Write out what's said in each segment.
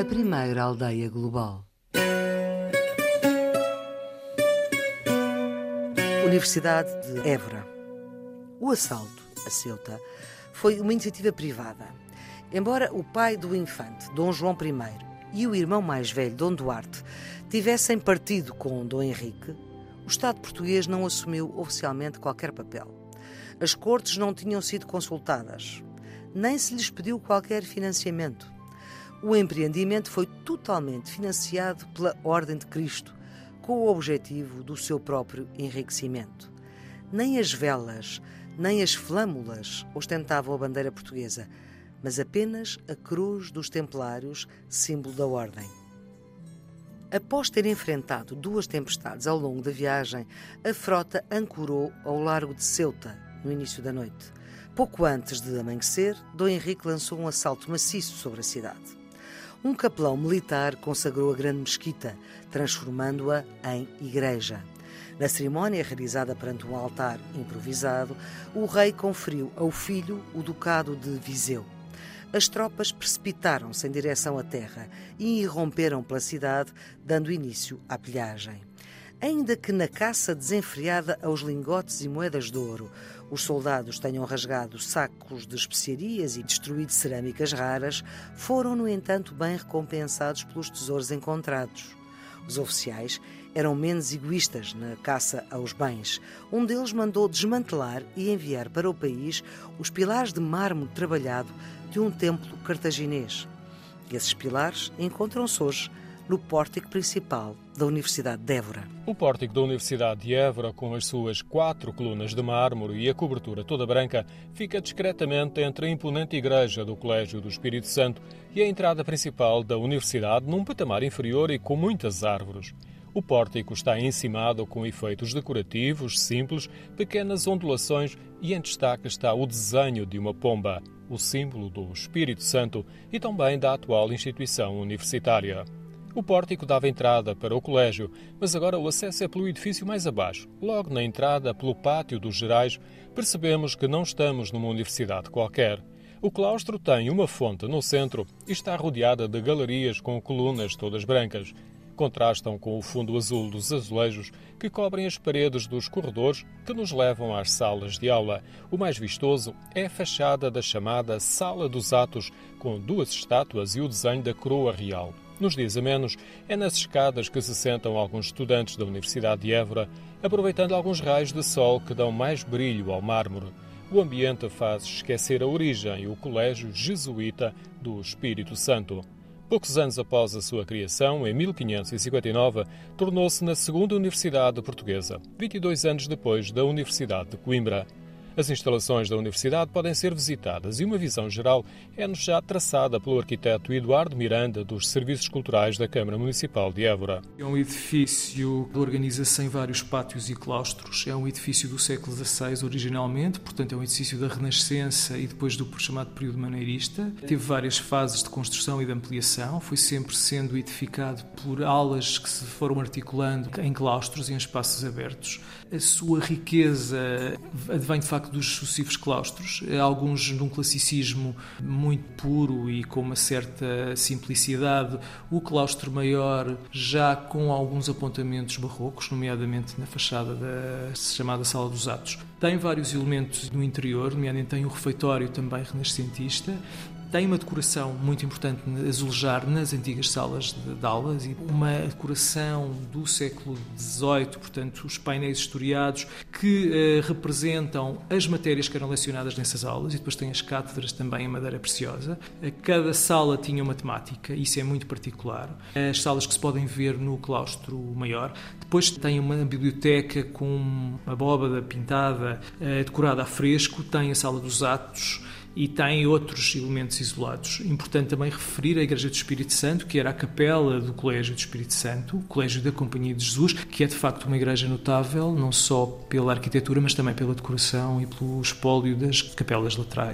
primeira aldeia global. Universidade de Évora. O assalto a Ceuta foi uma iniciativa privada. Embora o pai do infante, Dom João I, e o irmão mais velho, Dom Duarte, tivessem partido com Dom Henrique, o Estado português não assumiu oficialmente qualquer papel. As cortes não tinham sido consultadas, nem se lhes pediu qualquer financiamento. O empreendimento foi totalmente financiado pela Ordem de Cristo, com o objetivo do seu próprio enriquecimento. Nem as velas, nem as flâmulas ostentavam a bandeira portuguesa, mas apenas a cruz dos Templários, símbolo da Ordem. Após ter enfrentado 2 tempestades ao longo da viagem, a frota ancorou ao largo de Ceuta, no início da noite. Pouco antes de amanhecer, Dom Henrique lançou um assalto maciço sobre a cidade. Um capelão militar consagrou a grande mesquita, transformando-a em igreja. Na cerimónia, realizada perante um altar improvisado, o rei conferiu ao filho o ducado de Viseu. As tropas precipitaram-se em direção à terra e irromperam pela cidade, dando início à pilhagem. Ainda que na caça desenfreada aos lingotes e moedas de ouro, os soldados tenham rasgado sacos de especiarias e destruído cerâmicas raras, foram, no entanto, bem recompensados pelos tesouros encontrados. Os oficiais eram menos egoístas na caça aos bens. Um deles mandou desmantelar e enviar para o país os pilares de mármore trabalhado de um templo cartaginês. E esses pilares encontram-se hoje no pórtico principal da Universidade de Évora. O pórtico da Universidade de Évora, com as suas 4 colunas de mármore e a cobertura toda branca, fica discretamente entre a imponente igreja do Colégio do Espírito Santo e a entrada principal da Universidade, num patamar inferior e com muitas árvores. O pórtico está encimado com efeitos decorativos, simples, pequenas ondulações e em destaque está o desenho de uma pomba, o símbolo do Espírito Santo e também da atual instituição universitária. O pórtico dava entrada para o colégio, mas agora o acesso é pelo edifício mais abaixo. Logo na entrada, pelo pátio dos Gerais, percebemos que não estamos numa universidade qualquer. O claustro tem uma fonte no centro e está rodeada de galerias com colunas todas brancas. Contrastam com o fundo azul dos azulejos que cobrem as paredes dos corredores que nos levam às salas de aula. O mais vistoso é a fachada da chamada Sala dos Atos, com 2 estátuas e o desenho da coroa real. Nos dias amenos, é nas escadas que se sentam alguns estudantes da Universidade de Évora, aproveitando alguns raios de sol que dão mais brilho ao mármore. O ambiente faz esquecer a origem e o colégio jesuíta do Espírito Santo. Poucos anos após a sua criação, em 1559, tornou-se na segunda universidade portuguesa, 22 anos depois da Universidade de Coimbra. As instalações da universidade podem ser visitadas e uma visão geral é-nos já traçada pelo arquiteto Eduardo Miranda dos Serviços Culturais da Câmara Municipal de Évora. É um edifício que organiza-se em vários pátios e claustros. É um edifício do século XVI originalmente, portanto é um edifício da Renascença e depois do chamado período maneirista. Teve várias fases de construção e de ampliação. Foi sempre sendo edificado por alas que se foram articulando em claustros e em espaços abertos. A sua riqueza advém de facto dos sucessivos claustros, alguns de um classicismo muito puro e com uma certa simplicidade. O claustro maior já com alguns apontamentos barrocos, nomeadamente na fachada da chamada Sala dos Atos. Tem vários elementos no interior, nomeadamente tem um refeitório também renascentista. Tem uma decoração muito importante a azulejar nas antigas salas de aulas e uma decoração do século XVIII, portanto, os painéis historiados que representam as matérias que eram lecionadas nessas aulas e depois tem as cátedras também em madeira preciosa. Cada sala tinha uma temática, isso é muito particular. As salas que se podem ver no claustro maior. Depois tem uma biblioteca com uma abóbada pintada, decorada a fresco, tem a Sala dos Atos, e tem outros elementos isolados. Importante também referir a Igreja do Espírito Santo, que era a capela do Colégio do Espírito Santo, o Colégio da Companhia de Jesus, que é de facto uma igreja notável, não só pela arquitetura, mas também pela decoração e pelo espólio das capelas laterais.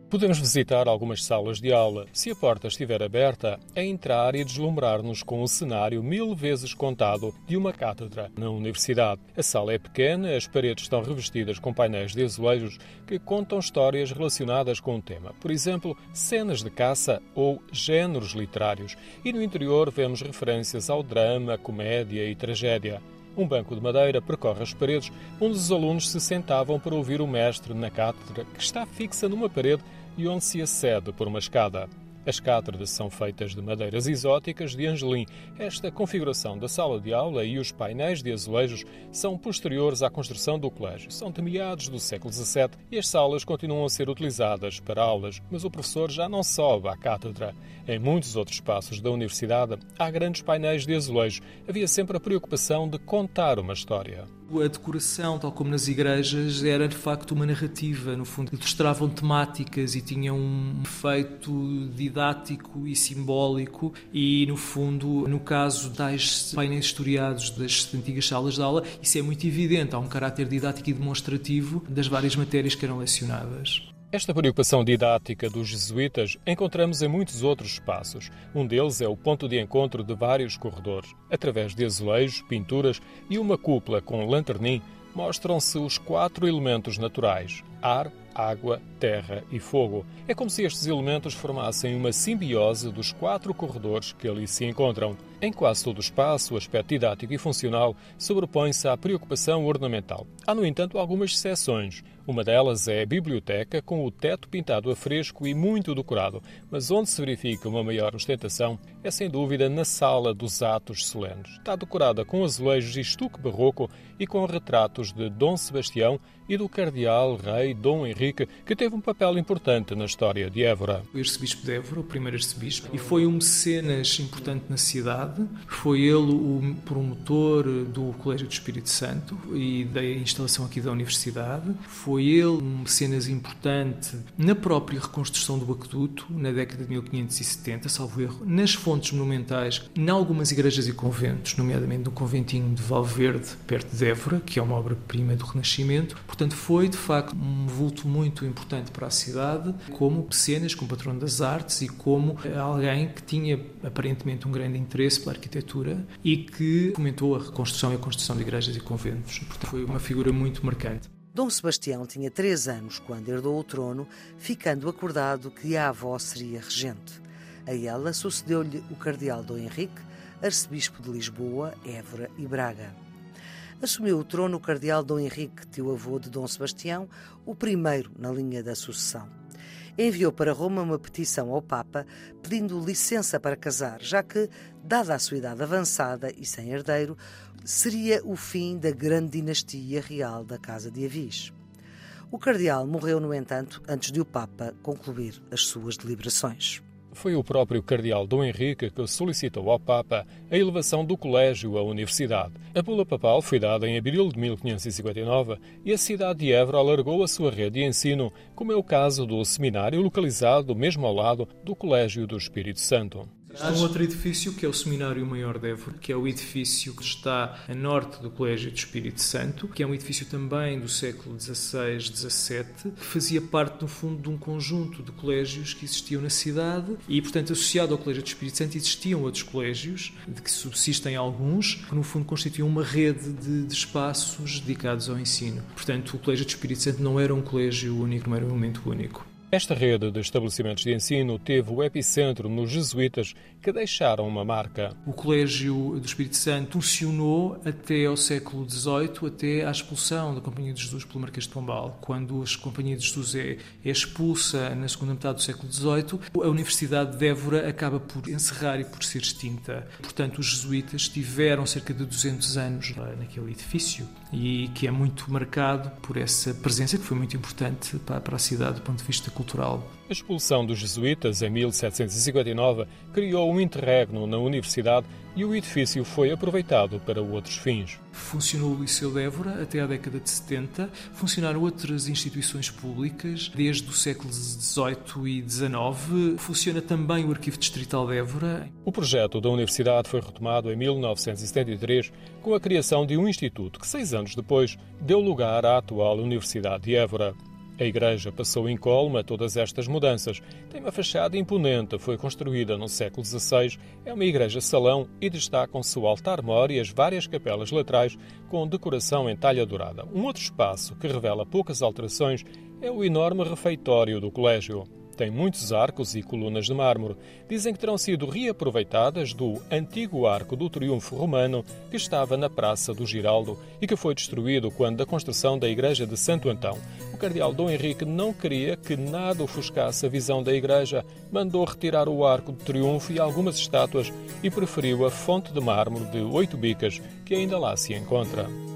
Podemos visitar algumas salas de aula. Se a porta estiver aberta, é entrar e deslumbrar-nos com o cenário 1000 vezes contado de uma cátedra na universidade. A sala é pequena, as paredes estão revestidas com painéis de azulejos que contam histórias relacionadas com o tema. Por exemplo, cenas de caça ou géneros literários. E no interior vemos referências ao drama, comédia e tragédia. Um banco de madeira percorre as paredes onde os alunos se sentavam para ouvir o mestre na cátedra, que está fixa numa parede e onde se acede por uma escada. As cátedras são feitas de madeiras exóticas de Angelim. Esta configuração da sala de aula e os painéis de azulejos são posteriores à construção do colégio. São de meados do século XVII e as salas continuam a ser utilizadas para aulas, mas o professor já não sobe à cátedra. Em muitos outros espaços da universidade há grandes painéis de azulejo. Havia sempre a preocupação de contar uma história. A decoração, tal como nas igrejas, era de facto uma narrativa, no fundo. Ilustravam temáticas e tinham um efeito didático e simbólico e, no fundo, no caso das painéis historiados das antigas salas de aula, isso é muito evidente. Há um caráter didático e demonstrativo das várias matérias que eram lecionadas. Esta preocupação didática dos jesuítas encontramos em muitos outros espaços. Um deles é o ponto de encontro de vários corredores. Através de azulejos, pinturas e uma cúpula com lanternim, mostram-se os 4 elementos naturais: ar, água, terra e fogo. É como se estes elementos formassem uma simbiose dos 4 corredores que ali se encontram. Em quase todo o espaço, o aspecto didático e funcional sobrepõe-se à preocupação ornamental. Há, no entanto, algumas exceções. Uma delas é a biblioteca, com o teto pintado a fresco e muito decorado, mas onde se verifica uma maior ostentação é, sem dúvida, na sala dos atos solenes. Está decorada com azulejos e estuque barroco e com retratos de Dom Sebastião e do cardeal rei Dom Henrique, que teve um papel importante na história de Évora. O arcebispo de Évora, o primeiro arcebispo, e foi um mecenas importante na cidade. Foi ele o promotor do Colégio do Espírito Santo e da instalação aqui da universidade. Foi ele um mecenas importante na própria reconstrução do aqueduto, na década de 1570, salvo erro, nas fontes monumentais, em algumas igrejas e conventos, nomeadamente no conventinho de Valverde, perto de Évora, que é uma obra-prima do Renascimento. Portanto, foi, de facto, um vulto muito importante para a cidade, como mecenas, como patrono das artes e como alguém que tinha, aparentemente, um grande interesse pela arquitetura e que fomentou a reconstrução e a construção de igrejas e conventos. Portanto, foi uma figura muito marcante. Dom Sebastião tinha 3 anos quando herdou o trono, ficando acordado que a avó seria regente. A ela sucedeu-lhe o cardeal Dom Henrique, arcebispo de Lisboa, Évora e Braga. Assumiu o trono o cardeal Dom Henrique, tio-avô de Dom Sebastião, o primeiro na linha da sucessão. Enviou para Roma uma petição ao Papa pedindo licença para casar, já que, dada a sua idade avançada e sem herdeiro, seria o fim da grande dinastia real da Casa de Avis. O cardeal morreu, no entanto, antes de o Papa concluir as suas deliberações. Foi o próprio cardeal Dom Henrique que solicitou ao Papa a elevação do colégio à universidade. A bula papal foi dada em abril de 1559 e a cidade de Évora alargou a sua rede de ensino, como é o caso do seminário localizado mesmo ao lado do Colégio do Espírito Santo. Há um outro edifício que é o Seminário Maior de Évora, que é o edifício que está a norte do Colégio do Espírito Santo, que é um edifício também do século XVI, XVII, que fazia parte, no fundo, de um conjunto de colégios que existiam na cidade e, portanto, associado ao Colégio do Espírito Santo existiam outros colégios, de que subsistem alguns, que, no fundo, constituíam uma rede de espaços dedicados ao ensino. Portanto, o Colégio do Espírito Santo não era um colégio único, não era um momento único. Esta rede de estabelecimentos de ensino teve o epicentro nos jesuítas, que deixaram uma marca. O Colégio do Espírito Santo funcionou até ao século XVIII, até à expulsão da Companhia de Jesus pelo Marquês de Pombal. Quando a Companhia de Jesus é expulsa na segunda metade do século XVIII, a Universidade de Évora acaba por encerrar e por ser extinta. Portanto, os jesuítas tiveram cerca de 200 anos naquele edifício e que é muito marcado por essa presença que foi muito importante para a cidade do ponto de vista cultural. A expulsão dos jesuítas em 1759 criou um interregno na universidade e o edifício foi aproveitado para outros fins. Funcionou o Liceu de Évora até à década de 70. Funcionaram outras instituições públicas desde o século XVIII e XIX. Funciona também o Arquivo Distrital de Évora. O projeto da universidade foi retomado em 1973 com a criação de um instituto que, 6 anos depois, deu lugar à atual Universidade de Évora. A igreja passou incólume a todas estas mudanças. Tem uma fachada imponente, foi construída no século XVI, é uma igreja-salão e destacam-se o altar-mor e as várias capelas laterais com decoração em talha dourada. Um outro espaço que revela poucas alterações é o enorme refeitório do colégio. Tem muitos arcos e colunas de mármore. Dizem que terão sido reaproveitadas do antigo arco do triunfo romano que estava na Praça do Giraldo e que foi destruído quando da construção da igreja de Santo Antão. O cardeal Dom Henrique não queria que nada ofuscasse a visão da igreja, mandou retirar o arco de triunfo e algumas estátuas e preferiu a fonte de mármore de 8 bicas que ainda lá se encontra.